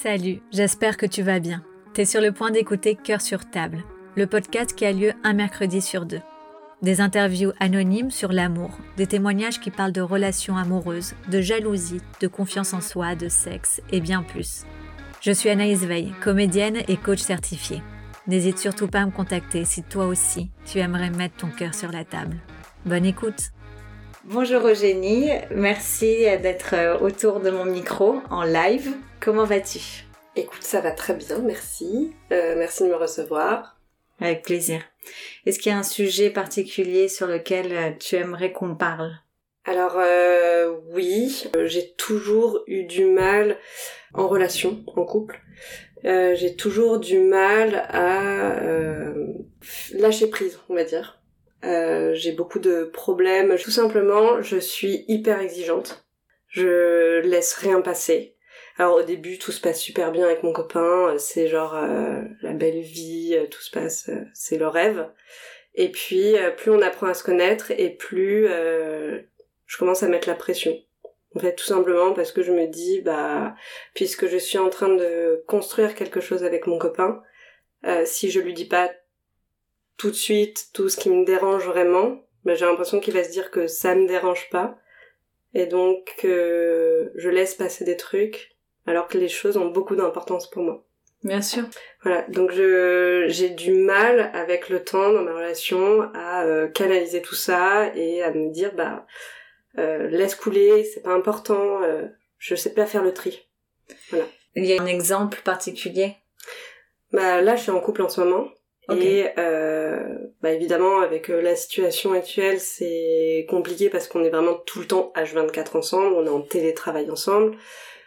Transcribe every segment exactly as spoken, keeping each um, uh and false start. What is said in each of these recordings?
Salut, j'espère que tu vas bien. T'es sur le point d'écouter Cœur sur table, le podcast qui a lieu un mercredi sur deux. Des interviews anonymes sur l'amour, des témoignages qui parlent de relations amoureuses, de jalousie, de confiance en soi, de sexe et bien plus. Je suis Anaïs Veil, comédienne et coach certifiée. N'hésite surtout pas à me contacter si toi aussi tu aimerais mettre ton cœur sur la table. Bonne écoute. Bonjour Eugénie, merci d'être autour de mon micro en live. Comment vas-tu ? Écoute, ça va très bien, merci. Euh, merci de me recevoir. Avec plaisir. Est-ce qu'il y a un sujet particulier sur lequel tu aimerais qu'on parle ? Alors euh, oui, euh, j'ai toujours eu du mal en relation, en couple. Euh, j'ai toujours du mal à euh, lâcher prise, on va dire. Euh, j'ai beaucoup de problèmes. Tout simplement, je suis hyper exigeante. Je laisse rien passer. Alors au début, tout se passe super bien avec mon copain. C'est genre euh, la belle vie, tout se passe, euh, c'est le rêve. Et puis, euh, plus on apprend à se connaître et plus euh, je commence à mettre la pression. En fait, tout simplement parce que je me dis, bah, puisque je suis en train de construire quelque chose avec mon copain, euh, si je lui dis pas tout de suite tout ce qui me dérange vraiment, bah, j'ai l'impression qu'il va se dire que ça me dérange pas. Et donc, euh, je laisse passer des trucs, alors que les choses ont beaucoup d'importance pour moi. Bien sûr. Voilà, donc je j'ai du mal avec le temps dans ma relation à euh, canaliser tout ça et à me dire, bah, euh, laisse couler, c'est pas important, euh, je sais pas faire le tri. Voilà. Il y a un exemple particulier ? Bah là, je suis en couple en ce moment. Okay. Et euh, bah évidemment avec euh, la situation actuelle c'est compliqué parce qu'on est vraiment tout le temps H vingt-quatre ensemble, on est en télétravail ensemble,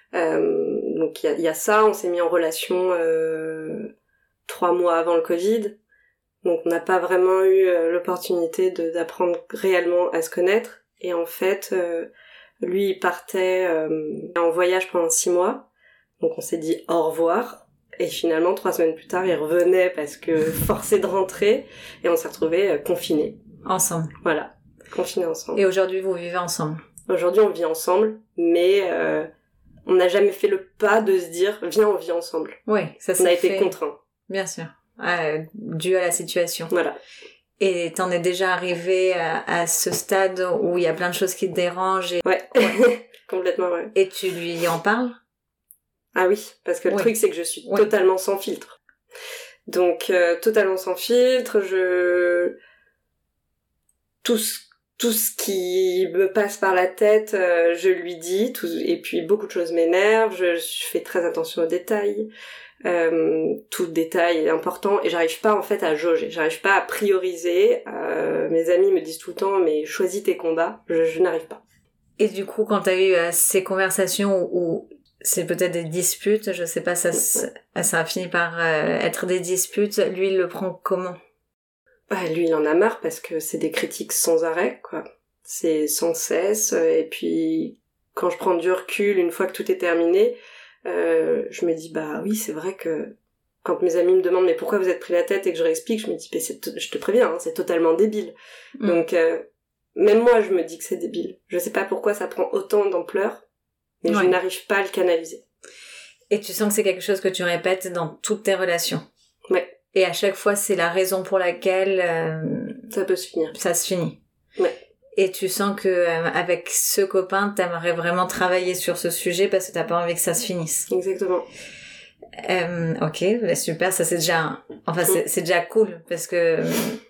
euh, donc il y a, y a ça, on s'est mis en relation euh, trois mois avant le Covid, donc on n'a pas vraiment eu euh, l'opportunité de, d'apprendre réellement à se connaître, et en fait euh, lui il partait euh, en voyage pendant six mois, donc on s'est dit au revoir. Et finalement, trois semaines plus tard, il revenait parce que forcé de rentrer, et on s'est retrouvés euh, confinés. Ensemble. Voilà, confinés ensemble. Et aujourd'hui, vous vivez ensemble ? Aujourd'hui, on vit ensemble, mais euh, on n'a jamais fait le pas de se dire « viens, on vit ensemble ». Oui, ça s'est On a fait... été contraints. Bien sûr, euh, dû à la situation. Voilà. Et t'en es déjà arrivé à, à ce stade où il y a plein de choses qui te dérangent et... Ouais, ouais. Complètement, ouais. Et tu lui en parles ? Ah oui, parce que le oui. truc c'est que je suis oui. totalement sans filtre. Donc euh, totalement sans filtre, je tout ce tout ce qui me passe par la tête, euh, je lui dis, tout... et puis beaucoup de choses m'énervent, je, je fais très attention aux détails. Euh, tout détail est important et j'arrive pas en fait à jauger, j'arrive pas à prioriser. Euh, mes amis me disent tout le temps mais choisis tes combats, je, je n'arrive pas. Et du coup quand t'as eu euh, ces conversations où c'est peut-être des disputes, je sais pas, ça, ça a fini par euh, être des disputes. Lui, il le prend comment ? Bah, lui, il en a marre parce que c'est des critiques sans arrêt, quoi. C'est sans cesse. Et puis, quand je prends du recul, une fois que tout est terminé, euh, je me dis, bah oui, c'est vrai que quand mes amis me demandent, mais pourquoi vous êtes pris la tête et que je réexplique, je me dis, mais c'est t- je te préviens, hein, c'est totalement débile. Mm. Donc, euh, même moi, je me dis que c'est débile. Je sais pas pourquoi ça prend autant d'ampleur. Mais ouais. Je n'arrive pas à le canaliser. Et tu sens que c'est quelque chose que tu répètes dans toutes tes relations. Ouais. Et à chaque fois, c'est la raison pour laquelle... Euh, ça peut se finir. Ça se finit. Ouais. Et tu sens que euh, avec ce copain, t'aimerais vraiment travailler sur ce sujet parce que t'as pas envie que ça se finisse. Exactement. Euh, ok, bah super, ça c'est déjà... Enfin, c'est, c'est déjà cool parce que...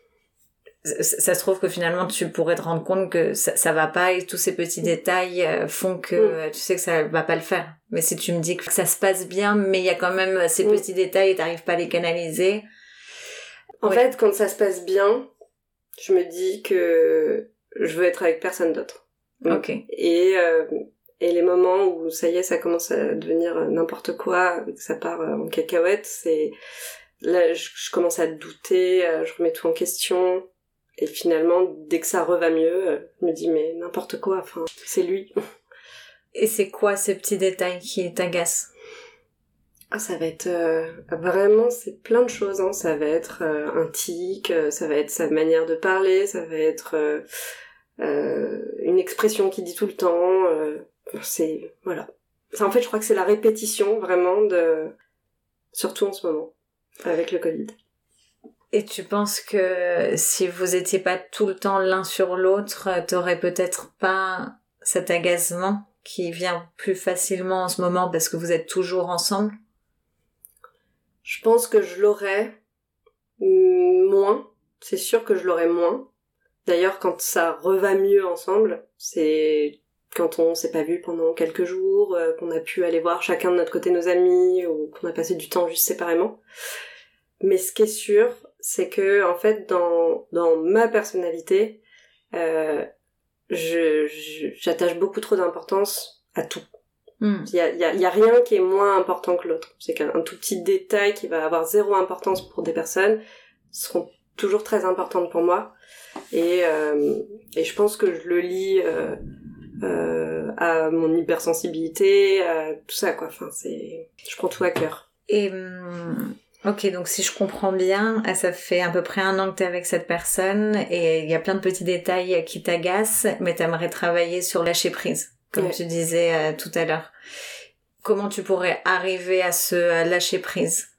ça se trouve que finalement tu pourrais te rendre compte que ça, ça va pas et tous ces petits détails font que mm. tu sais que ça va pas le faire. Mais si tu me dis que ça se passe bien mais il y a quand même ces mm. petits détails et t'arrives pas à les canaliser. En oui. fait, quand ça se passe bien, je me dis que je veux être avec personne d'autre. Ok. Et, euh, et les moments où ça y est, ça commence à devenir n'importe quoi, que ça part en cacahuète, c'est là je, je commence à douter, je remets tout en question. Et finalement, dès que ça reva mieux, je me dis, mais n'importe quoi, enfin, c'est lui. Et c'est quoi ces petits détails qui t'agacent ? Ah, ça va être... Euh, vraiment, c'est plein de choses, hein. Ça va être euh, un tic, euh, ça va être sa manière de parler, ça va être euh, euh, une expression qu'il dit tout le temps. Euh, c'est... Voilà. ça, en fait, je crois que c'est la répétition, vraiment, de... surtout en ce moment, avec le Covid. Et tu penses que si vous étiez pas tout le temps l'un sur l'autre, t'aurais peut-être pas cet agacement qui vient plus facilement en ce moment parce que vous êtes toujours ensemble? Je pense que je l'aurais moins. C'est sûr que je l'aurais moins. D'ailleurs, quand ça reva mieux ensemble, c'est quand on s'est pas vu pendant quelques jours, euh, qu'on a pu aller voir chacun de notre côté nos amis, ou qu'on a passé du temps juste séparément. Mais ce qui est sûr, c'est que, en fait, dans, dans ma personnalité, euh, je, je, j'attache beaucoup trop d'importance à tout. Il y a, y a, y a rien qui est moins important que l'autre. C'est qu'un un tout petit détail qui va avoir zéro importance pour des personnes seront toujours très importantes pour moi. Et, euh, et je pense que je le lis euh, euh, à mon hypersensibilité, à tout ça, quoi. Enfin, c'est, je prends tout à cœur. Et hum, ok, donc si je comprends bien, ça fait à peu près un an que t'es avec cette personne et il y a plein de petits détails qui t'agacent, mais t'aimerais travailler sur lâcher prise, comme ouais. tu disais euh, tout à l'heure. Comment tu pourrais arriver à ce à lâcher prise?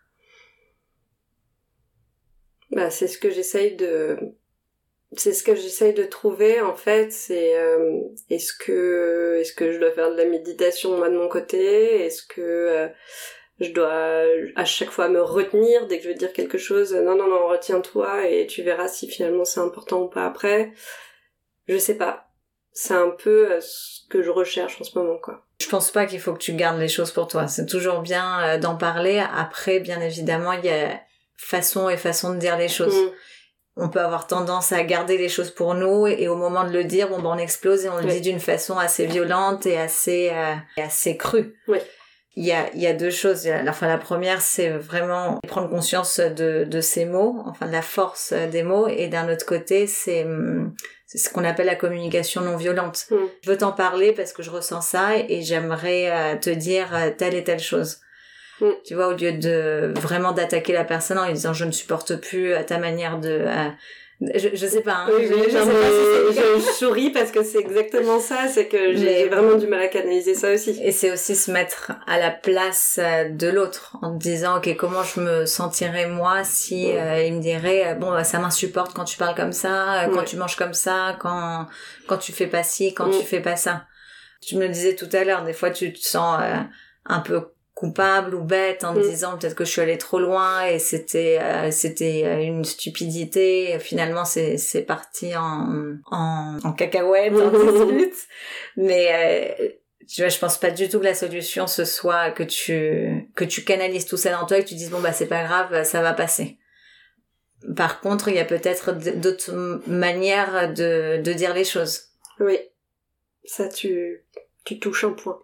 Bah, c'est ce que j'essaye de, c'est ce que j'essaye de trouver, en fait, c'est, euh, est-ce que, est-ce que je dois faire de la méditation, moi, de mon côté? Est-ce que, euh, je dois à chaque fois me retenir dès que je veux dire quelque chose? Non, non, non, retiens-toi et tu verras si finalement c'est important ou pas après. Je sais pas. C'est un peu ce que je recherche en ce moment, quoi. Je pense pas qu'il faut que tu gardes les choses pour toi. C'est toujours bien d'en parler. Après, bien évidemment, il y a façon et façon de dire les choses. Mmh. On peut avoir tendance à garder les choses pour nous et au moment de le dire, bon, ben, on explose et on le oui. dit d'une façon assez violente et assez, euh, assez crue. Oui. Il y a, il y a deux choses. Enfin, la première, c'est vraiment prendre conscience de, de ces mots, enfin, de la force des mots. Et d'un autre côté, c'est, c'est ce qu'on appelle la communication non violente. Mm. Je veux t'en parler parce que je ressens ça et j'aimerais te dire telle et telle chose. Mm. Tu vois, au lieu de vraiment d'attaquer la personne en lui disant je ne supporte plus ta manière de... Euh, Je, je sais pas, hein. Oui, je, je, sais pas si je, je souris parce que c'est exactement ça, c'est que j'ai, j'ai vraiment du mal à canaliser ça aussi. Et c'est aussi se mettre à la place de l'autre en te disant ok, comment je me sentirais moi si ouais. euh, il me dirait bon bah, ça m'insupporte quand tu parles comme ça, quand ouais. tu manges comme ça, quand quand tu fais pas ci, quand ouais. tu fais pas ça. Tu me le disais tout à l'heure, des fois tu te sens euh, un peu coupable ou bête en me mmh. disant peut-être que je suis allée trop loin et c'était euh, c'était une stupidité, finalement c'est c'est parti en en en cacahuète en dispute. Mais euh, tu vois, je pense pas du tout que la solution ce soit que tu que tu canalises tout ça dans toi et que tu dises bon bah c'est pas grave, ça va passer. Par contre, il y a peut-être d'autres manières de de dire les choses. Oui. Ça tu tu touches un point.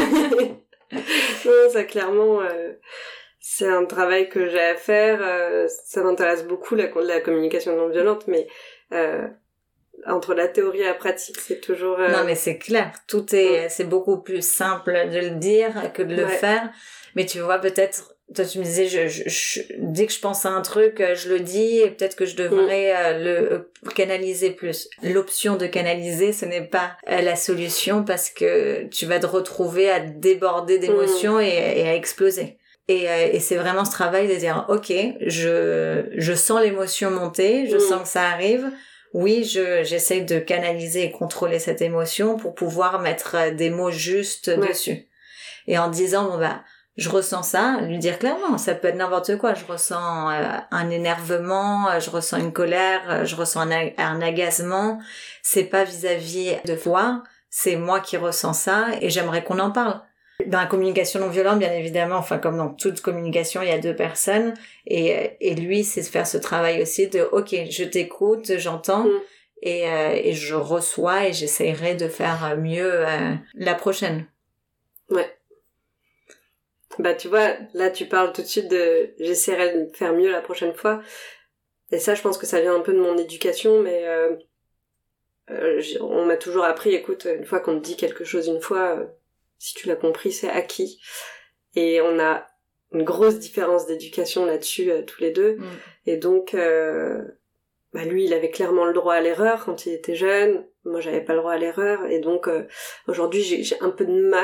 Non, ça clairement, euh, c'est un travail que j'ai à faire. Euh, ça m'intéresse beaucoup la, la communication non violente, mais euh, entre la théorie et la pratique, c'est toujours. Euh... Non, mais c'est clair. Tout est, ouais. c'est beaucoup plus simple de le dire que de le ouais. faire. Mais tu vois, peut-être, toi tu me disais, je, je, je, dès que je pense à un truc, je le dis et peut-être que je devrais mmh. euh, le canaliser plus. L'option de canaliser, ce n'est pas euh, la solution parce que tu vas te retrouver à déborder d'émotions mmh. et, et à exploser. Et, euh, et c'est vraiment ce travail de dire, ok, je, je sens l'émotion monter, je mmh. sens que ça arrive. Oui, je, j'essaie de canaliser et contrôler cette émotion pour pouvoir mettre des mots justes ouais. dessus. Et en disant, bon bah, je ressens ça, lui dire clairement, ça peut être n'importe quoi, je ressens euh, un énervement, je ressens une colère, je ressens un, ag- un agacement, c'est pas vis-à-vis de toi, c'est moi qui ressens ça et j'aimerais qu'on en parle. Dans la communication non violente, bien évidemment, enfin comme dans toute communication, il y a deux personnes et, et lui, c'est faire ce travail aussi de ok, je t'écoute, j'entends mmh. et, euh, et je reçois et j'essaierai de faire mieux euh, la prochaine. Ouais. Bah tu vois, là tu parles tout de suite de j'essaierai de faire mieux la prochaine fois. Et ça je pense que ça vient un peu de mon éducation, mais euh, euh, on m'a toujours appris, écoute, une fois qu'on te dit quelque chose une fois, euh, si tu l'as compris, c'est acquis. Et on a une grosse différence d'éducation là-dessus euh, tous les deux. Mmh. Et donc, euh, bah lui il avait clairement le droit à l'erreur quand il était jeune, moi j'avais pas le droit à l'erreur. Et donc euh, aujourd'hui j'ai, j'ai un peu de mal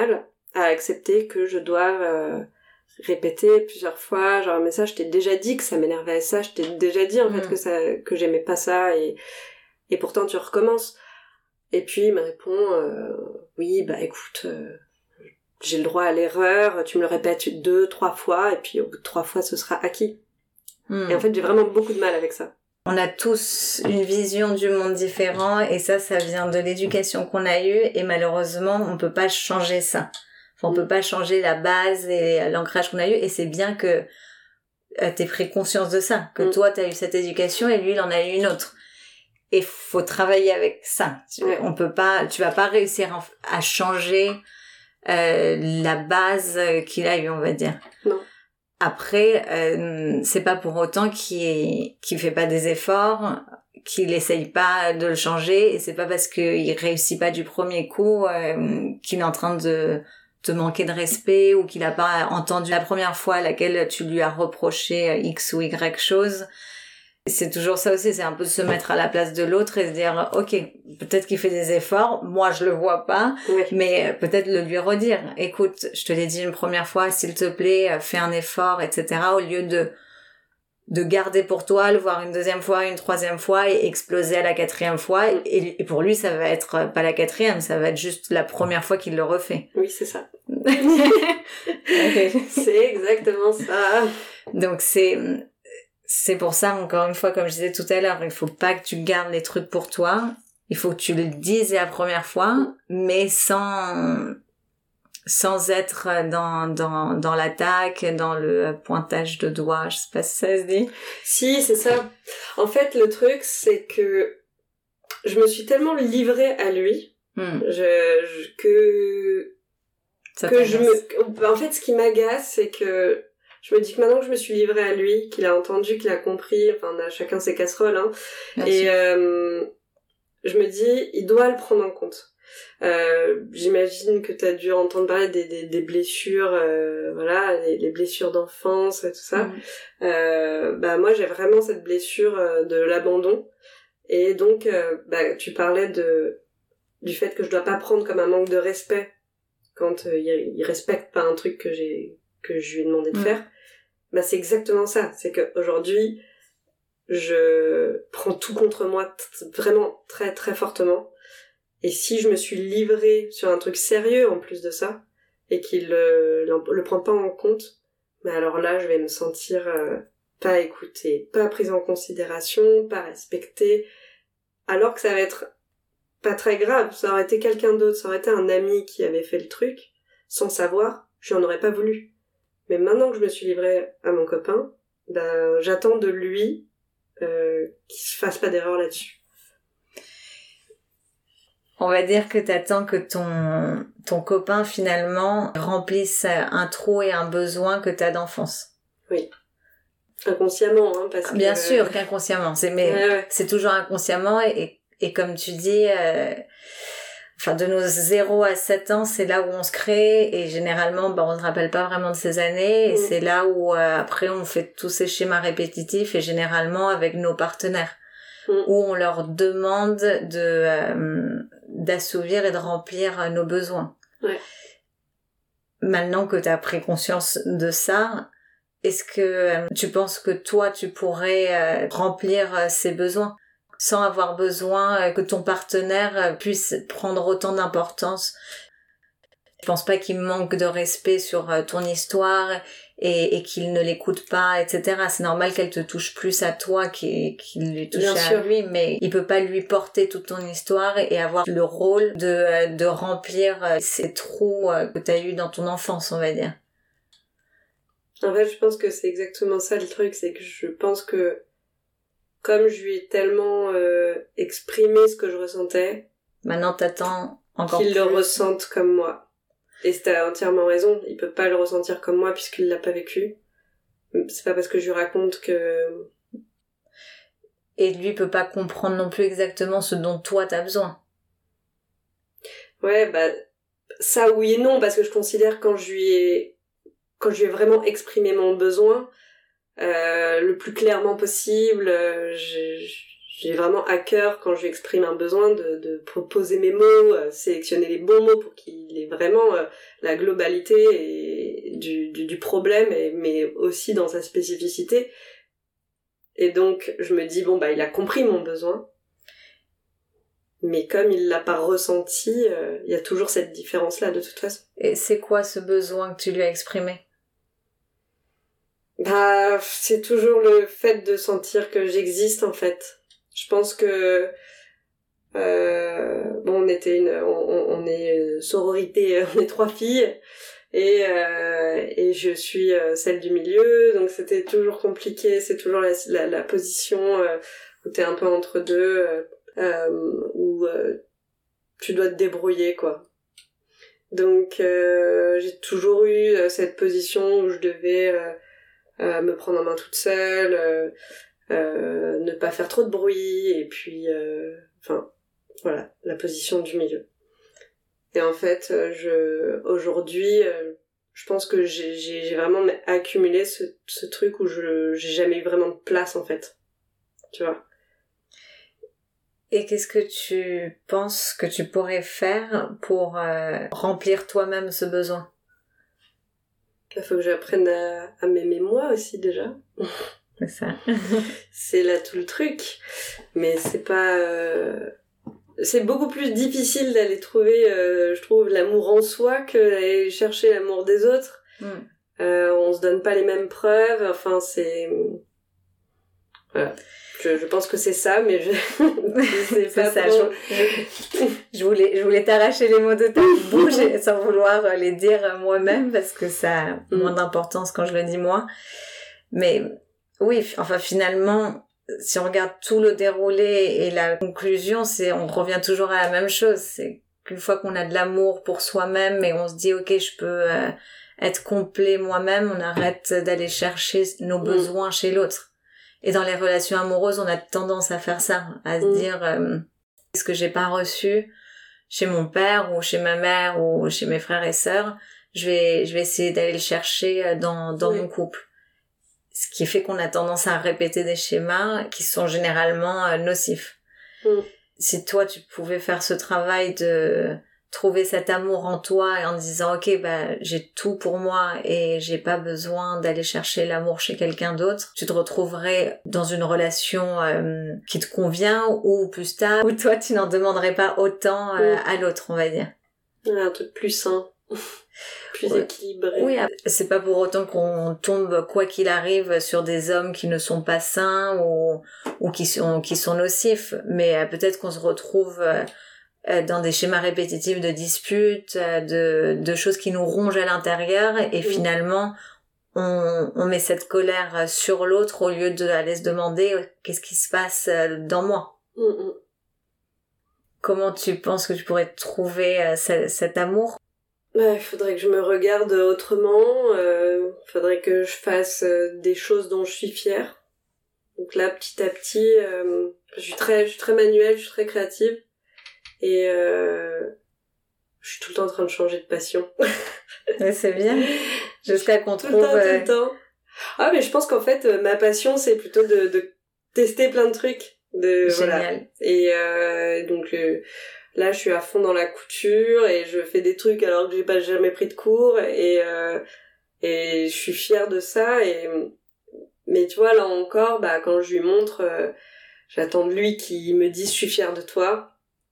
à accepter que je dois euh, répéter plusieurs fois, genre mais ça je t'ai déjà dit que ça m'énervait, ça je t'ai déjà dit en mmh. fait que ça que j'aimais pas ça et et pourtant tu recommences. Et puis il me répond euh, oui bah écoute euh, j'ai le droit à l'erreur, tu me le répètes deux trois fois et puis au bout de trois fois ce sera acquis. Mmh. Et en fait j'ai vraiment beaucoup de mal avec ça. On a tous une vision du monde différente et ça, ça vient de l'éducation qu'on a eue et malheureusement, on peut pas changer ça. Enfin, on peut pas changer la base et l'ancrage qu'on a eu et c'est bien que euh, t'aies pris conscience de ça, que mm. toi, t'as eu cette éducation et lui, il en a eu une autre. Et faut travailler avec ça. Ouais. On peut pas, tu vas pas réussir à changer euh, la base qu'il a eue, on va dire. Non. Après, euh, c'est pas pour autant qu'il qu'il fait pas des efforts, qu'il essaye pas de le changer, et c'est pas parce qu'il réussit pas du premier coup euh, qu'il est en train de te manquer de respect ou qu'il a pas entendu la première fois à laquelle tu lui as reproché X ou Y chose. C'est toujours ça aussi, c'est un peu se mettre à la place de l'autre et se dire ok, peut-être qu'il fait des efforts, moi je le vois pas, oui. mais peut-être le lui redire, écoute, je te l'ai dit une première fois, s'il te plaît, fais un effort, et cetera. Au lieu de de garder pour toi, le voir une deuxième fois, une troisième fois et exploser à la quatrième fois. Et, et pour lui, ça va être pas la quatrième, ça va être juste la première fois qu'il le refait. Oui, c'est ça. Okay. C'est exactement ça. Donc c'est C'est pour ça, encore une fois, comme je disais tout à l'heure, il faut pas que tu gardes les trucs pour toi. Il faut que tu le dises la première fois, mais sans, sans être dans, dans, dans l'attaque, dans le pointage de doigts. Je sais pas si ça se dit. Si, c'est ça. En fait, le truc, c'est que je me suis tellement livrée à lui, hmm. je, je, que, ça que je me, en fait, ce qui m'agace, c'est que je me dis que maintenant que je me suis livrée à lui, qu'il a entendu, qu'il a compris, enfin on a chacun ses casseroles, hein, et euh, je me dis, il doit le prendre en compte. Euh, j'imagine que t'as dû entendre parler des, des, des blessures, euh, voilà, les, les blessures d'enfance et tout ça. Mmh. Euh, bah moi j'ai vraiment cette blessure euh, de l'abandon, et donc euh, bah tu parlais de du fait que je dois pas prendre comme un manque de respect quand euh, il, il respecte pas un truc que j'ai que je lui ai demandé de mmh. faire. Bah c'est exactement ça, c'est que aujourd'hui je prends tout contre moi t- vraiment très très fortement, et si je me suis livrée sur un truc sérieux en plus de ça et qu'il le, le, le prend pas en compte, bah alors là je vais me sentir euh, pas écoutée, pas prise en considération, pas respectée, alors que ça va être pas très grave, ça aurait été quelqu'un d'autre, ça aurait été un ami qui avait fait le truc sans savoir, je n'en aurais pas voulu. Mais maintenant que je me suis livrée à mon copain, ben, j'attends de lui euh, qu'il se fasse pas d'erreur là-dessus. On va dire que t'attends que ton, ton copain, finalement, remplisse un trou et un besoin que t'as d'enfance. Oui. Inconsciemment, hein, parce que... Bien sûr qu'inconsciemment, c'est, mais ouais, ouais. c'est toujours inconsciemment, et, et, et comme tu dis... Euh, Enfin, de nos zéro à sept ans, c'est là où on se crée, et généralement, bah, on se rappelle pas vraiment de ces années, et mmh. c'est là où, euh, après, on fait tous ces schémas répétitifs, et généralement avec nos partenaires, mmh. où on leur demande de, euh, d'assouvir et de remplir nos besoins. Ouais. Maintenant que t'as pris conscience de ça, est-ce que euh, tu penses que toi, tu pourrais euh, remplir euh, ces besoins ? Sans avoir besoin que ton partenaire puisse prendre autant d'importance. Je pense pas qu'il manque de respect sur ton histoire et, et qu'il ne l'écoute pas, et cetera. C'est normal qu'elle te touche plus à toi qu'il, qu'il lui touche Bien à sûr. lui, mais il peut pas lui porter toute ton histoire et avoir le rôle de, de remplir ces trous que t'as eu dans ton enfance, on va dire. En fait, je pense que c'est exactement ça le truc, c'est que je pense que comme je lui ai tellement euh, exprimé ce que je ressentais, maintenant t'attends encore qu'il plus. le ressente comme moi. Et t'as entièrement raison, il peut pas le ressentir comme moi puisqu'il l'a pas vécu. C'est pas parce que je lui raconte que... Et lui peut pas comprendre non plus exactement ce dont toi t'as besoin. Ouais, bah ça oui et non, parce que je considère quand je lui ai quand je lui ai vraiment exprimé mon besoin, Euh, le plus clairement possible, euh, je, j'ai vraiment à cœur quand j'exprime un besoin de, de proposer mes mots, euh, sélectionner les bons mots pour qu'il ait vraiment euh, la globalité et du, du, du problème, et, mais aussi dans sa spécificité. Et donc je me dis bon bah il a compris mon besoin, mais comme il l'a pas ressenti, il euh, y a toujours cette différence là de toute façon. Et c'est quoi ce besoin que tu lui as exprimé? Bah c'est toujours le fait de sentir que j'existe en fait. Je pense que euh, bon on était une on, on est une sororité, on est trois filles et euh, et je suis celle du milieu, donc c'était toujours compliqué, c'est toujours la la, la position euh, où t'es un peu entre deux, euh, euh, où euh, tu dois te débrouiller quoi. Donc euh, j'ai toujours eu cette position où je devais euh, euh, me prendre en main toute seule, euh, euh, ne pas faire trop de bruit, et puis euh, enfin voilà, la position du milieu. Et en fait je aujourd'hui euh, je pense que j'ai j'ai, j'ai vraiment accumulé ce ce truc où je j'ai jamais eu vraiment de place en fait, tu vois. Et qu'est-ce que tu penses que tu pourrais faire pour euh, remplir toi-même ce besoin? Il faut que j'apprenne à, à m'aimer moi aussi déjà. C'est ça. C'est là tout le truc. Mais c'est pas... Euh... C'est beaucoup plus difficile d'aller trouver, euh, je trouve, l'amour en soi que d'aller chercher l'amour des autres. Mm. Euh, on se donne pas les mêmes preuves. Enfin, c'est... Voilà. Je, je pense que c'est ça, mais je, je sais pas c'est ça, trop. Je, je voulais, je voulais t'arracher les mots de ta bouche sans vouloir les dire moi-même parce que ça a moins d'importance quand je le dis moi. Mais oui, enfin finalement, si on regarde tout le déroulé et la conclusion, c'est, on revient toujours à la même chose. C'est qu'une fois qu'on a de l'amour pour soi-même et on se dit ok, je peux euh, être complet moi-même, on arrête d'aller chercher nos besoins mmh. chez l'autre. Et dans les relations amoureuses, on a tendance à faire ça, à se mmh. dire euh, ce que j'ai pas reçu chez mon père ou chez ma mère ou chez mes frères et sœurs, je vais je vais essayer d'aller le chercher dans dans oui. mon couple. Ce qui fait qu'on a tendance à répéter des schémas qui sont généralement euh, nocifs. Mmh. Si toi tu pouvais faire ce travail de trouver cet amour en toi et en disant ok bah j'ai tout pour moi et j'ai pas besoin d'aller chercher l'amour chez quelqu'un d'autre, tu te retrouverais dans une relation euh, qui te convient ou plus stable, où toi tu n'en demanderais pas autant euh, mmh. à l'autre, on va dire. Un truc plus sain, plus ouais. équilibré. Oui, c'est pas pour autant qu'on tombe quoi qu'il arrive sur des hommes qui ne sont pas sains ou ou qui sont qui sont nocifs, mais euh, peut-être qu'on se retrouve euh, dans des schémas répétitifs de disputes, de, de choses qui nous rongent à l'intérieur et mmh. finalement on, on met cette colère sur l'autre au lieu d'aller se demander qu'est-ce qui se passe dans moi. Mmh. Comment tu penses que tu pourrais trouver ce, cet amour? Bah, il faudrait que je me regarde autrement, il euh, faudrait que je fasse des choses dont je suis fière. Donc là, petit à petit, euh, je suis très, je suis très manuelle, je suis très créative. Et euh, je suis tout le temps en train de changer de passion. Ouais, c'est bien. Jusqu'à qu'on tout trouve... le temps, euh... tout le temps. Ah, mais je pense qu'en fait, ma passion, c'est plutôt de, de tester plein de trucs. De, Génial. Voilà. Et euh, donc, euh, là, je suis à fond dans la couture et je fais des trucs alors que j'ai pas jamais pris de cours. Et, euh, et je suis fière de ça. Et, mais tu vois, là encore, bah, quand je lui montre, euh, j'attends de lui qu'il me dise « je suis fière de toi ».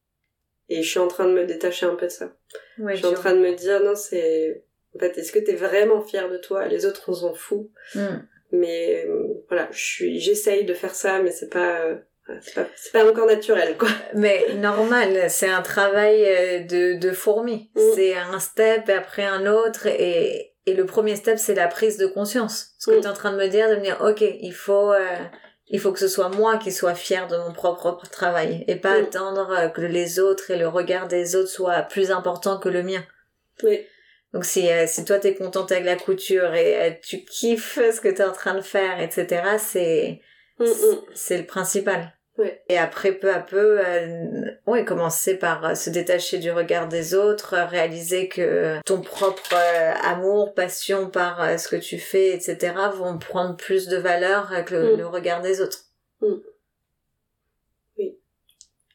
Et je suis en train de me détacher un peu de ça. Ouais, je suis en train de me dire, non, c'est... En fait, est-ce que t'es vraiment fière de toi? Les autres, on s'en fout. Mm. Mais euh, voilà, je suis, j'essaye de faire ça, mais c'est pas, euh, c'est pas, c'est pas encore naturel, quoi. Mais normal, c'est un travail de, de fourmi. Mm. C'est un step après un autre, et, et le premier step, c'est la prise de conscience. Ce que mm. t'es en train de me dire, de me dire, ok, il faut... Euh, il faut que ce soit moi qui sois fière de mon propre travail et pas mmh. attendre que les autres et le regard des autres soient plus important que le mien. Oui. Donc si, euh, si toi t'es contente avec la couture et euh, tu kiffes ce que t'es en train de faire, et cetera, c'est, mmh. c'est, c'est le principal. Oui. Et après, peu à peu, euh, ouais, commencer par se détacher du regard des autres, réaliser que ton propre euh, amour, passion par euh, ce que tu fais, et cetera, vont prendre plus de valeur que le, mmh. le regard des autres. Mmh.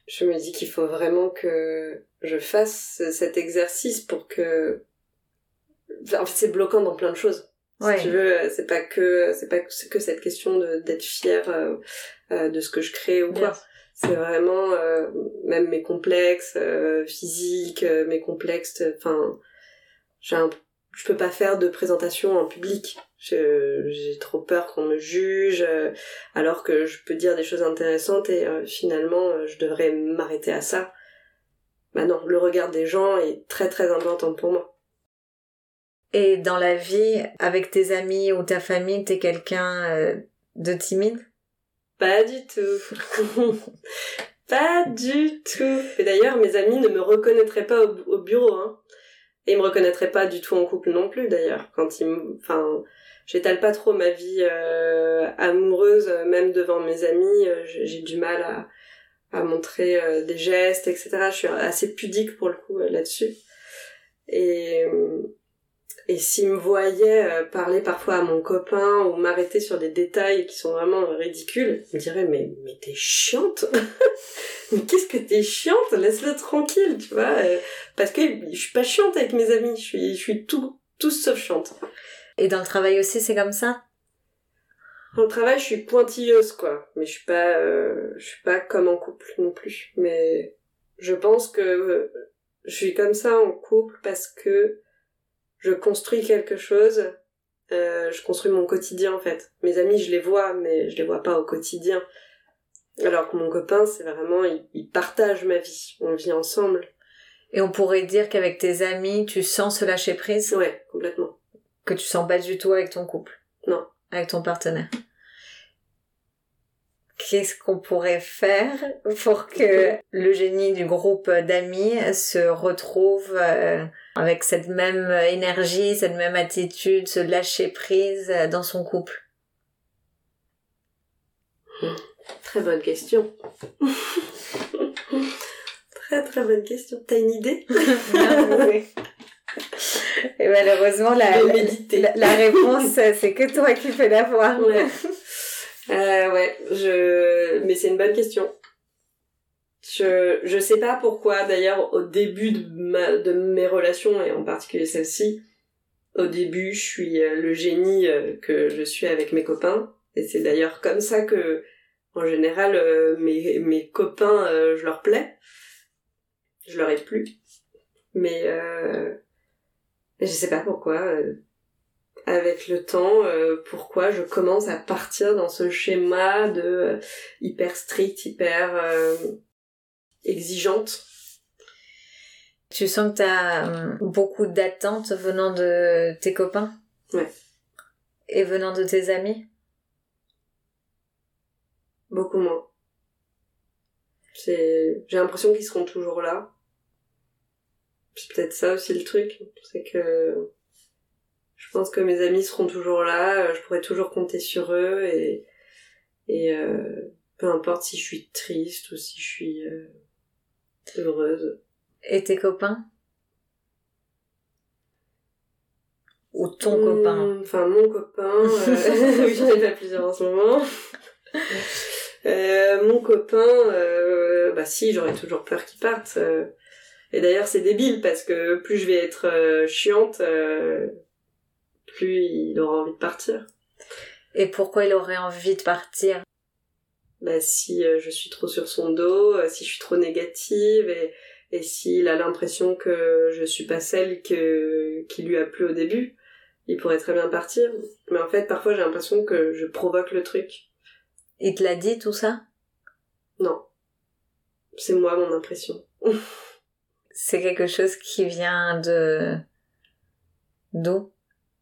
je me dis qu'il faut vraiment que je fasse cet exercice pour que... En fait, c'est bloquant dans plein de choses. Ouais. Si tu veux, c'est pas que c'est pas que cette question de d'être fière euh, euh, de ce que je crée ou quoi. Yes. C'est vraiment euh, même mes complexes euh, physiques, euh, mes complexes. Enfin, j'ai un, je peux pas faire de présentation en public. Je, j'ai trop peur qu'on me juge, euh, alors que je peux dire des choses intéressantes et euh, finalement euh, je devrais m'arrêter à ça. Bah non, le regard des gens est très très important pour moi. Et dans la vie, avec tes amis ou ta famille, t'es quelqu'un euh, de timide ? Pas du tout. Pas du tout. Et d'ailleurs, mes amis ne me reconnaîtraient pas au, au bureau, hein. Et ils me reconnaîtraient pas du tout en couple non plus, d'ailleurs. Quand ils me... Enfin, j'étale pas trop ma vie euh, amoureuse, même devant mes amis. Euh, j'ai, j'ai du mal à, à montrer euh, des gestes, et cetera. Je suis assez pudique, pour le coup, euh, là-dessus. Et... Euh, Et s'il me voyait euh, parler parfois à mon copain ou m'arrêter sur des détails qui sont vraiment ridicules, il me dirait mais mais t'es chiante. Mais qu'est-ce que t'es chiante, laisse-le tranquille, tu vois, euh, parce que je suis pas chiante avec mes amis, je suis je suis tout tout sauf chiante. Et dans le travail aussi, c'est comme ça ? Dans le travail, je suis pointilleuse quoi, mais je suis pas euh, je suis pas comme en couple non plus, mais je pense que euh, je suis comme ça en couple parce que je construis quelque chose, euh, je construis mon quotidien en fait. Mes amis, je les vois, mais je les vois pas au quotidien. Alors que mon copain, c'est vraiment, il, il partage ma vie, on vit ensemble. Et on pourrait dire qu'avec tes amis, tu sens ce lâcher prise ? Ouais, complètement. Que tu sens pas du tout avec ton couple ? Non. Avec ton partenaire ? Qu'est-ce qu'on pourrait faire pour que le génie du groupe d'amis se retrouve euh, avec cette même énergie, cette même attitude, ce lâcher prise dans son couple ? Très bonne question. Très très bonne question. T'as une idée ? Non, oui. Et malheureusement, la, la, la, la réponse, c'est que toi qui peux l'avoir. Ouais. Euh, ouais, je... mais c'est une bonne question. Je, je sais pas pourquoi, d'ailleurs, au début de, ma, de mes relations, et en particulier celle-ci, au début, je suis le génie que je suis avec mes copains, et c'est d'ailleurs comme ça que, en général, mes, mes copains, je leur plais. Je leur ai plu. Mais, euh, je sais pas pourquoi, euh, avec le temps, euh, pourquoi je commence à partir dans ce schéma de euh, hyper strict, hyper euh, exigeante. Tu sens que t'as euh, beaucoup d'attentes venant de tes copains ? Ouais. Et venant de tes amis ? Beaucoup moins. C'est... J'ai l'impression qu'ils seront toujours là. C'est peut-être ça aussi le truc, c'est que je pense que mes amis seront toujours là, je pourrai toujours compter sur eux et, et euh, peu importe si je suis triste ou si je suis euh, heureuse. Et tes copains ? Ou ton mmh, copain ? Enfin, mon copain, euh, oui, j'en ai pas plusieurs en ce moment. Euh, mon copain, euh, bah si, j'aurais toujours peur qu'il parte. Euh, et d'ailleurs, c'est débile parce que plus je vais être euh, chiante, euh, plus il aura envie de partir. Et pourquoi il aurait envie de partir ? Bah si euh, je suis trop sur son dos, euh, si je suis trop négative et, et s'il a l'impression que je suis pas celle que, qui lui a plu au début, il pourrait très bien partir. Mais en fait, parfois j'ai l'impression que je provoque le truc. Il te l'a dit tout ça ? Non. C'est moi mon impression. C'est quelque chose qui vient de... d'où ?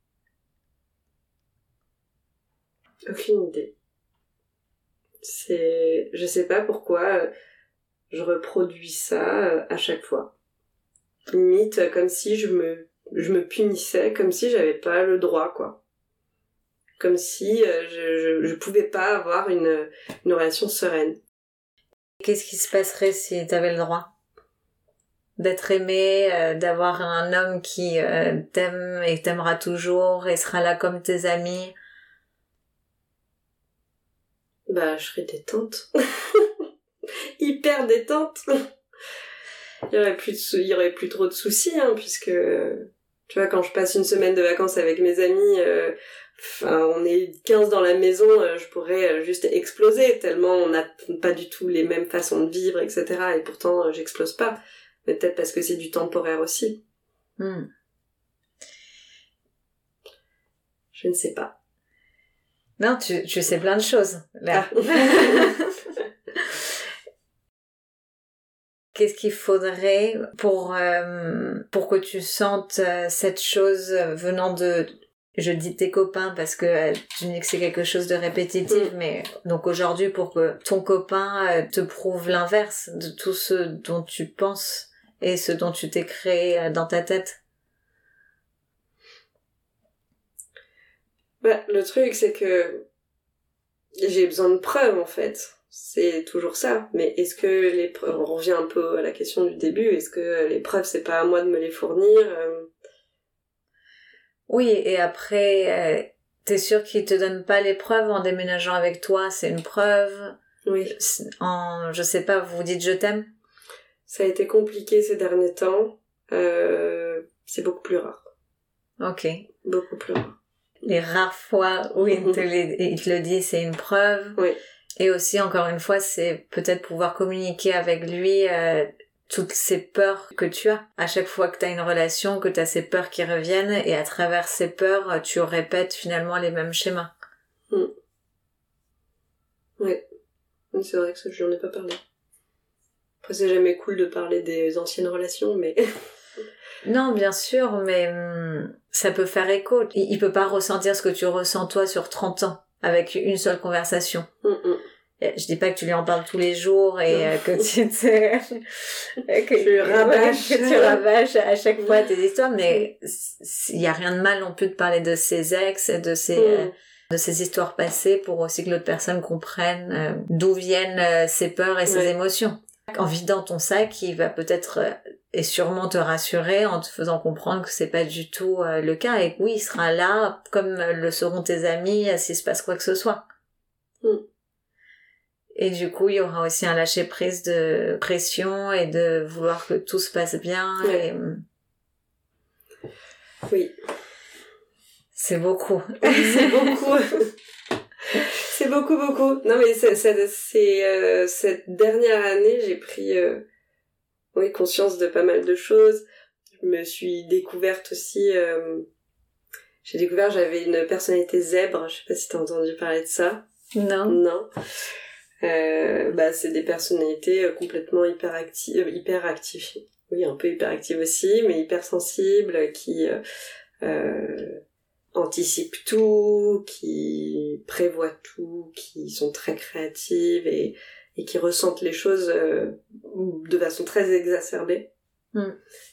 Aucune idée. C'est... Je sais pas pourquoi je reproduis ça à chaque fois. Limite comme si je me, je me punissais, comme si j'avais pas le droit, quoi. Comme si euh, je, je, je pouvais pas avoir une, une relation sereine. Qu'est-ce qui se passerait si t'avais le droit ? D'être aimé, euh, d'avoir un homme qui euh, t'aime et t'aimera toujours et sera là comme tes amis ? Bah, je serais détente. hyper détente. Il y aurait plus de sou- il y aurait plus trop de soucis, hein, puisque, tu vois, quand je passe une semaine de vacances avec mes amis, euh, enfin, on est quinze dans la maison, euh, je pourrais euh, juste exploser, tellement on n'a pas du tout les mêmes façons de vivre, et cetera. Et pourtant, euh, j'explose pas. Mais peut-être parce que c'est du temporaire aussi. Hmm. Je ne sais pas. Non, tu, tu sais plein de choses, là. Ah. Qu'est-ce qu'il faudrait pour, euh, pour que tu sentes euh, cette chose venant de... Je dis tes copains parce que euh, tu dis que c'est quelque chose de répétitif, mm. mais donc aujourd'hui pour que ton copain euh, te prouve l'inverse de tout ce dont tu penses et ce dont tu t'es créé euh, dans ta tête. Bah, le truc c'est que j'ai besoin de preuves en fait. C'est toujours ça. Mais est-ce que les preuves... On revient un peu à la question du début. Est-ce que les preuves, c'est pas à moi de me les fournir euh... Oui, et après, euh, t'es sûr qu'ils te donnent pas les preuves en déménageant avec toi, c'est une preuve. Oui. En, je sais pas, vous vous dites je t'aime? Ça a été compliqué ces derniers temps. Euh, c'est beaucoup plus rare. Ok. Beaucoup plus rare. Les rares fois où il te, les, il te le dit, c'est une preuve. Oui. Et aussi, encore une fois, c'est peut-être pouvoir communiquer avec lui euh, toutes ces peurs que tu as. À chaque fois que tu as une relation, que tu as ces peurs qui reviennent, et à travers ces peurs, tu répètes finalement les mêmes schémas. Mm. Oui. C'est vrai que ça, je n'en ai pas parlé. Après, c'est jamais cool de parler des anciennes relations, mais... Non, bien sûr, mais hum, ça peut faire écho. Il, il peut pas ressentir ce que tu ressens toi sur trente ans, avec une seule conversation. Mm-mm. Je dis pas que tu lui en parles tous les jours et euh, que tu te... que tu rabâches. que tu rabâches à chaque fois tes histoires, mais il y a rien de mal non plus de parler de ses ex, de ses... Mm. Euh, de ses histoires passées pour aussi que l'autre personne comprenne euh, d'où viennent euh, ses peurs et ses ouais. émotions. En vidant ton sac, il va peut-être euh, et sûrement te rassurer en te faisant comprendre que c'est pas du tout euh, le cas et que oui, il sera là comme le seront tes amis s'il se passe quoi que ce soit. Mm. Et du coup, il y aura aussi un lâcher prise de pression et de vouloir que tout se passe bien. Ouais. Et... Oui. C'est beaucoup. C'est beaucoup. C'est beaucoup, beaucoup. Non, mais c'est, c'est, c'est euh, cette dernière année, j'ai pris euh, oui, conscience de pas mal de choses. Je me suis découverte aussi... Euh, j'ai découvert j'avais une personnalité zèbre. Je sais pas si t'as entendu parler de ça. Non. Non. Euh, bah, c'est des personnalités complètement hyperactives, hyperactives. Oui, un peu hyperactives aussi, mais hypersensibles, qui... Euh, euh, anticipent tout, qui prévoient tout, qui sont très créatives et, et qui ressentent les choses euh, de façon très exacerbée. Mm.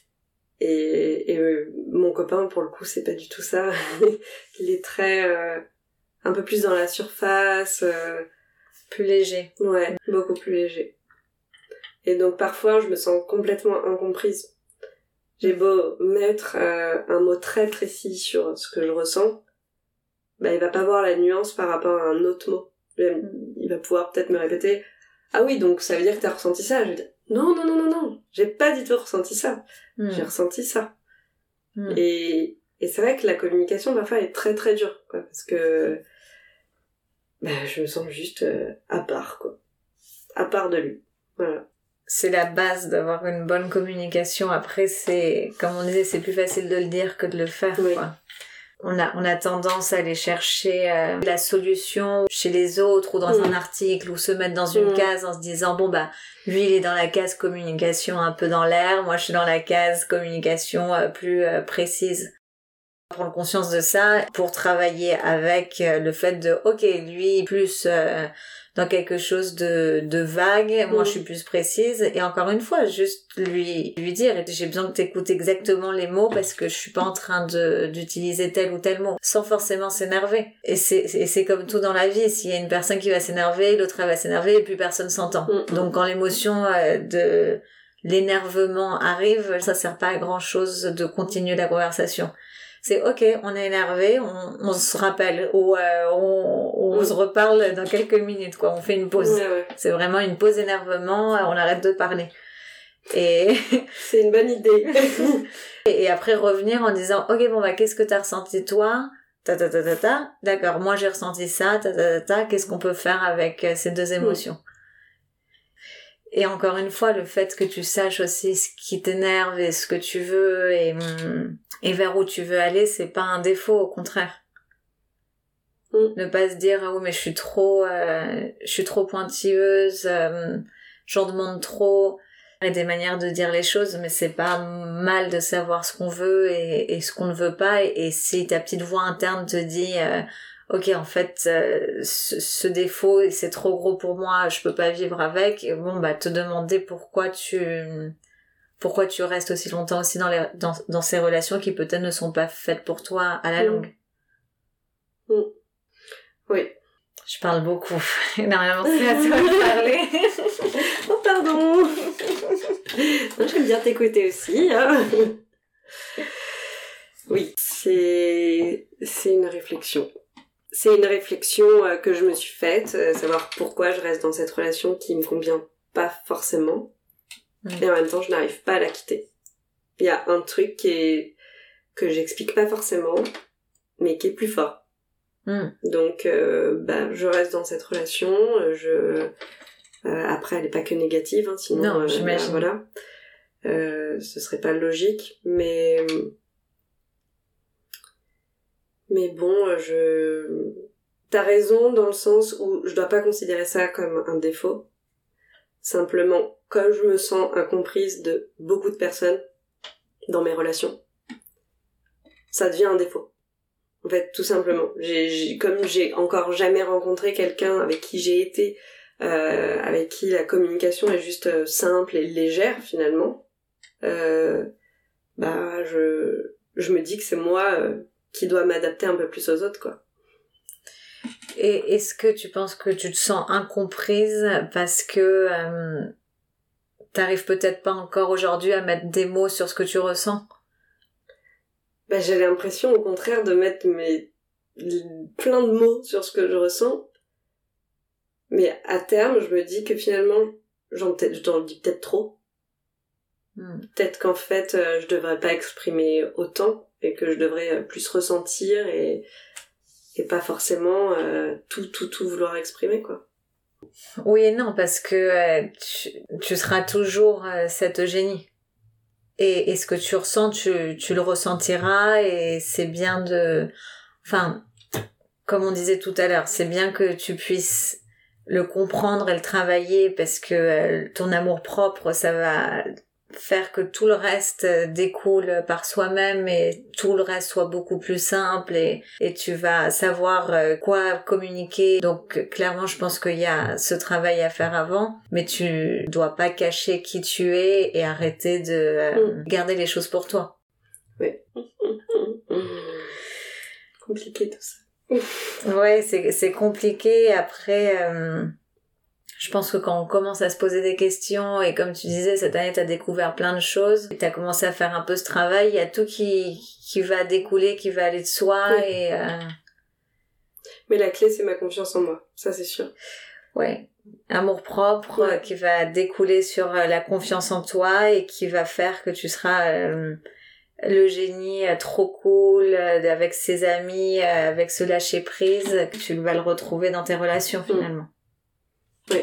Et, et euh, mon copain, pour le coup, c'est pas du tout ça. Il est très... Euh, un peu plus dans la surface. Euh, plus léger. Ouais, beaucoup plus léger. Et donc parfois, je me sens complètement incomprise. J'ai beau mettre euh, un mot très précis sur ce que je ressens, bah il va pas voir la nuance par rapport à un autre mot. Il va pouvoir peut-être me répéter « Ah oui, donc ça veut dire que t'as ressenti ça ?» Je vais dire « Non, non, non, non, non, j'ai pas du tout ressenti ça. Mm. J'ai ressenti ça. Mm. » Et, et c'est vrai que la communication parfois est très très dure, quoi, parce que bah, je me sens juste euh, à part, quoi. À part de lui. Voilà. C'est la base d'avoir une bonne communication. Après, c'est, comme on disait, c'est plus facile de le dire que de le faire, oui. quoi. On a, on a tendance à aller chercher euh, la solution chez les autres ou dans mmh. un article ou se mettre dans une mmh. case en se disant, bon, bah, lui, il est dans la case communication un peu dans l'air, moi, je suis dans la case communication euh, plus euh, précise. Prendre conscience de ça pour travailler avec euh, le fait de, ok, lui, plus... Euh, dans quelque chose de, de vague, moi mmh. je suis plus précise, et encore une fois, juste lui, lui dire, j'ai besoin que t'écoutes exactement les mots parce que je suis pas en train de, d'utiliser tel ou tel mot, sans forcément s'énerver. Et c'est, et c'est comme tout dans la vie, s'il y a une personne qui va s'énerver, l'autre elle va s'énerver et plus personne s'entend. Mmh. Donc quand l'émotion euh, de l'énervement arrive, ça sert pas à grand chose de continuer la conversation. C'est ok, on est énervé, on, on se rappelle ou euh, on, on mmh. se reparle dans quelques minutes, quoi. On fait une pause. Ouais, ouais. C'est vraiment une pause énervement, on arrête de parler. Et c'est une bonne idée. et, et après revenir en disant ok bon bah qu'est-ce que t'as ressenti toi? Ta ta ta ta ta. D'accord, moi j'ai ressenti ça. Ta ta ta ta. Qu'est-ce qu'on peut faire avec euh, ces deux émotions? Mmh. Et encore une fois, le fait que tu saches aussi ce qui t'énerve et ce que tu veux et, et vers où tu veux aller, c'est pas un défaut, au contraire. Mm. Ne pas se dire, oh mais je suis trop, euh, je suis trop pointilleuse, euh, j'en demande trop. Il y a des manières de dire les choses, mais c'est pas mal de savoir ce qu'on veut et, et ce qu'on ne veut pas. Et, et si ta petite voix interne te dit, euh, ok, en fait, euh, ce, ce défaut, c'est trop gros pour moi, je peux pas vivre avec. Et bon, bah, te demander pourquoi tu, pourquoi tu restes aussi longtemps aussi dans les, dans, dans ces relations qui peut-être ne sont pas faites pour toi à la mmh. longue. Mmh. Oui. Je parle beaucoup. Énormément, c'est à toi de parler. Oh, pardon. Non, j'aime bien t'écouter aussi, hein. Oui, c'est, c'est une réflexion. C'est une réflexion euh, que je me suis faite, euh, savoir pourquoi je reste dans cette relation qui me convient pas forcément. Mmh. Et en même temps, je n'arrive pas à la quitter. Il y a un truc qui est, que j'explique pas forcément, mais qui est plus fort. Mmh. Donc, euh, bah, je reste dans cette relation, je, euh, après, elle est pas que négative, hein, sinon, non, euh, j'imagine. Bah, voilà. Euh, ce serait pas logique, mais, mais bon, je, t'as raison dans le sens où je dois pas considérer ça comme un défaut. Simplement, comme je me sens incomprise de beaucoup de personnes dans mes relations, ça devient un défaut. En fait, tout simplement. J'ai, j'ai, comme j'ai encore jamais rencontré quelqu'un avec qui j'ai été, euh, avec qui la communication est juste euh, simple et légère finalement, euh, bah je, je me dis que c'est moi euh, qui dois m'adapter un peu plus aux autres, quoi. Et est-ce que tu penses que tu te sens incomprise parce que euh, t'arrives peut-être pas encore aujourd'hui à mettre des mots sur ce que tu ressens? Bah, j'ai l'impression au contraire de mettre mes plein de mots sur ce que je ressens, mais à terme je me dis que finalement j'en, peut-être, j'en dis peut-être trop. Hmm. Peut-être qu'en fait euh, je devrais pas exprimer autant et que je devrais plus ressentir et et pas forcément euh, tout tout tout vouloir exprimer, quoi. Oui et non, parce que euh, tu, tu seras toujours euh, cette Eugénie. Et, et ce que tu ressens, tu, tu le ressentiras et c'est bien de... Enfin, comme on disait tout à l'heure, c'est bien que tu puisses le comprendre et le travailler parce que euh, ton amour propre, ça va faire que tout le reste découle par soi-même et tout le reste soit beaucoup plus simple et, et tu vas savoir quoi communiquer. Donc clairement, je pense qu'il y a ce travail à faire avant, mais tu dois pas cacher qui tu es et arrêter de euh, mmh. garder les choses pour toi. Oui. Compliqué tout ça. Ouais, c'est, c'est compliqué. Après... Euh, Je pense que quand on commence à se poser des questions, et comme tu disais, cette année, t'as découvert plein de choses, t'as commencé à faire un peu ce travail, il y a tout qui, qui va découler, qui va aller de soi, oui. et... Euh... Mais la clé, c'est ma confiance en moi, ça c'est sûr. Ouais, amour propre, ouais. euh, qui va découler sur euh, la confiance en toi, et qui va faire que tu seras euh, le génie euh, trop cool, euh, avec ses amis, euh, avec ce lâcher-prise, que tu vas le retrouver dans tes relations, finalement. Mmh. Oui.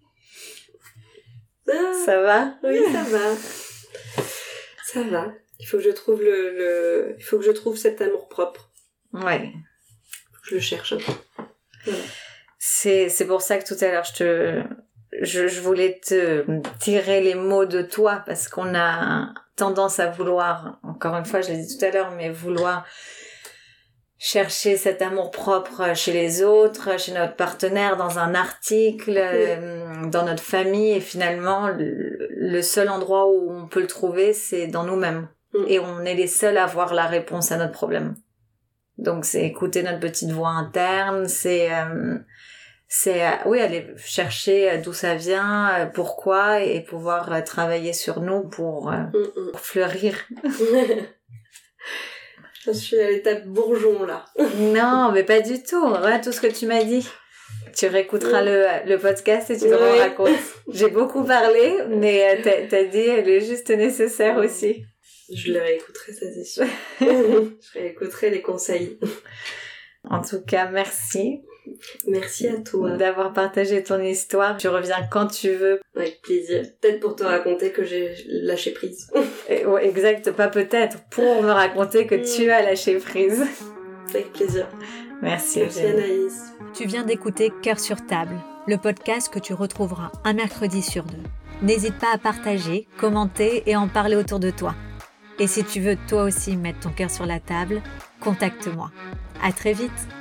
Ah, ça va? Oui, ça va. Ça va. Il faut que je trouve le, le... il faut que je trouve cet amour propre. Ouais. Faut que je le cherche un peu. Voilà. C'est, c'est pour ça que tout à l'heure, je te, je, je voulais te tirer les mots de toi parce qu'on a tendance à vouloir, encore une fois, je l'ai dit tout à l'heure, mais vouloir chercher cet amour propre chez les autres, chez notre partenaire, dans un article, oui. euh, dans notre famille, et finalement, le, le seul endroit où on peut le trouver, c'est dans nous-mêmes. Mm. Et on est les seuls à avoir la réponse à notre problème. Donc, c'est écouter notre petite voix interne, c'est, euh, c'est, euh, oui, aller chercher d'où ça vient, euh, pourquoi, et pouvoir euh, travailler sur nous pour, euh, mm-hmm. pour fleurir. Je suis à l'étape bourgeon, là. Non, mais pas du tout. Voilà tout ce que tu m'as dit. Tu réécouteras ouais. le, le podcast et tu me ouais. racontes. J'ai beaucoup parlé, mais t'as, t'as dit elle est juste nécessaire aussi. Je le réécouterai, ça c'est sûr. Je réécouterai les conseils. En tout cas, merci. Merci à toi. D'avoir partagé ton histoire. Tu reviens quand tu veux. Avec plaisir. Peut-être pour te raconter que j'ai lâché prise. Et, ouais, exact, pas peut-être. Pour me raconter que tu as lâché prise. Avec plaisir. Merci. Merci Anaïs. Tu viens d'écouter Cœur sur table, le podcast que tu retrouveras un mercredi sur deux. N'hésite pas à partager, commenter et en parler autour de toi. Et si tu veux toi aussi mettre ton cœur sur la table, contacte-moi. À très vite.